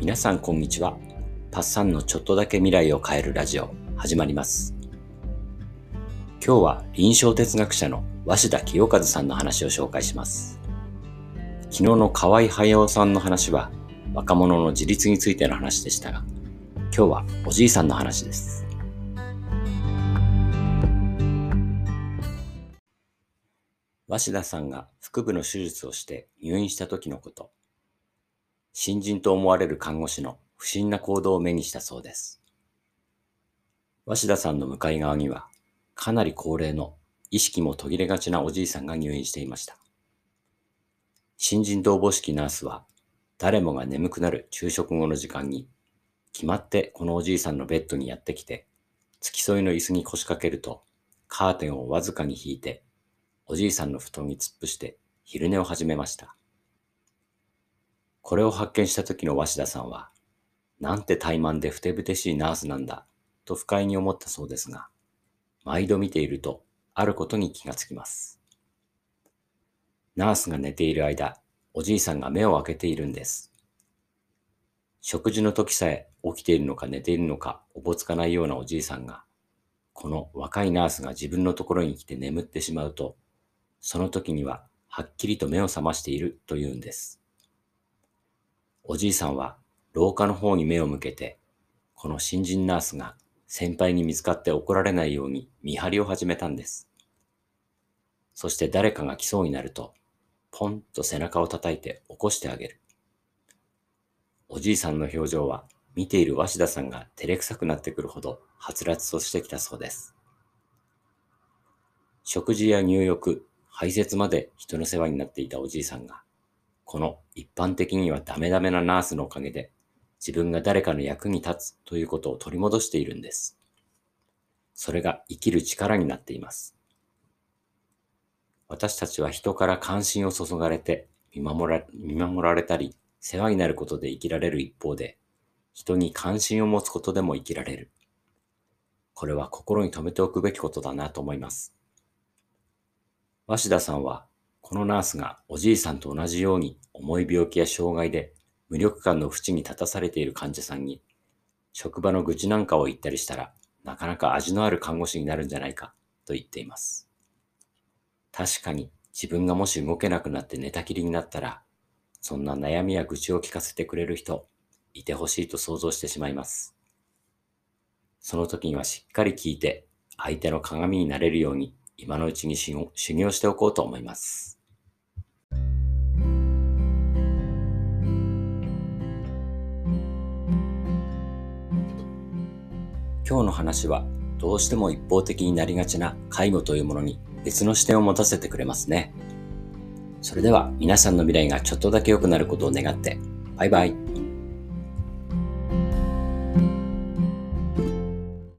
皆さんこんにちは。パッサンのちょっとだけ未来を変えるラジオ始まります。今日は臨床哲学者の鷲田清和さんの話を紹介します。昨日の河合隼さんの話は若者の自立についての話でしたが、今日はおじいさんの話です。鷲田さんが腹部の手術をして入院した時のこと。新人と思われる看護師の不審な行動を目にしたそうです。鷲田さんの向かい側には、かなり高齢の意識も途切れがちなおじいさんが入院していました。新人とおぼしきナースは、誰もが眠くなる昼食後の時間に、決まってこのおじいさんのベッドにやってきて、付き添いの椅子に腰掛けると、カーテンをわずかに引いて、おじいさんの布団に突っ伏して昼寝を始めました。これを発見した時の鷲田さんは、なんて怠慢でふてぶてしいナースなんだ、と不快に思ったそうですが、毎度見ていると、あることに気がつきます。ナースが寝ている間、おじいさんが目を開けているんです。食事の時さえ起きているのか寝ているのかおぼつかないようなおじいさんが、この若いナースが自分のところに来て眠ってしまうと、その時にははっきりと目を覚ましているというんです。おじいさんは廊下の方に目を向けて、この新人ナースが先輩に見つかって怒られないように見張りを始めたんです。そして誰かが来そうになると、ポンと背中を叩いて起こしてあげる。おじいさんの表情は見ている鷲田さんが照れくさくなってくるほどはつらつとしてきたそうです。食事や入浴、排泄まで人の世話になっていたおじいさんが、この一般的にはダメダメなナースのおかげで、自分が誰かの役に立つということを取り戻しているんです。それが生きる力になっています。私たちは人から関心を注がれて見守られたり、世話になることで生きられる一方で、人に関心を持つことでも生きられる。これは心に留めておくべきことだなと思います。鷲田さんは、このナースがおじいさんと同じように重い病気や障害で無力感の淵に立たされている患者さんに、職場の愚痴なんかを言ったりしたら、なかなか味のある看護師になるんじゃないかと言っています。確かに自分がもし動けなくなって寝たきりになったら、そんな悩みや愚痴を聞かせてくれる人、いてほしいと想像してしまいます。その時にはしっかり聞いて、相手の鏡になれるように、今のうちに修行しておこうと思います。今日の話は、どうしても一方的になりがちな介護というものに別の視点を持たせてくれますね。それでは皆さんの未来がちょっとだけ良くなることを願って、バイバイ。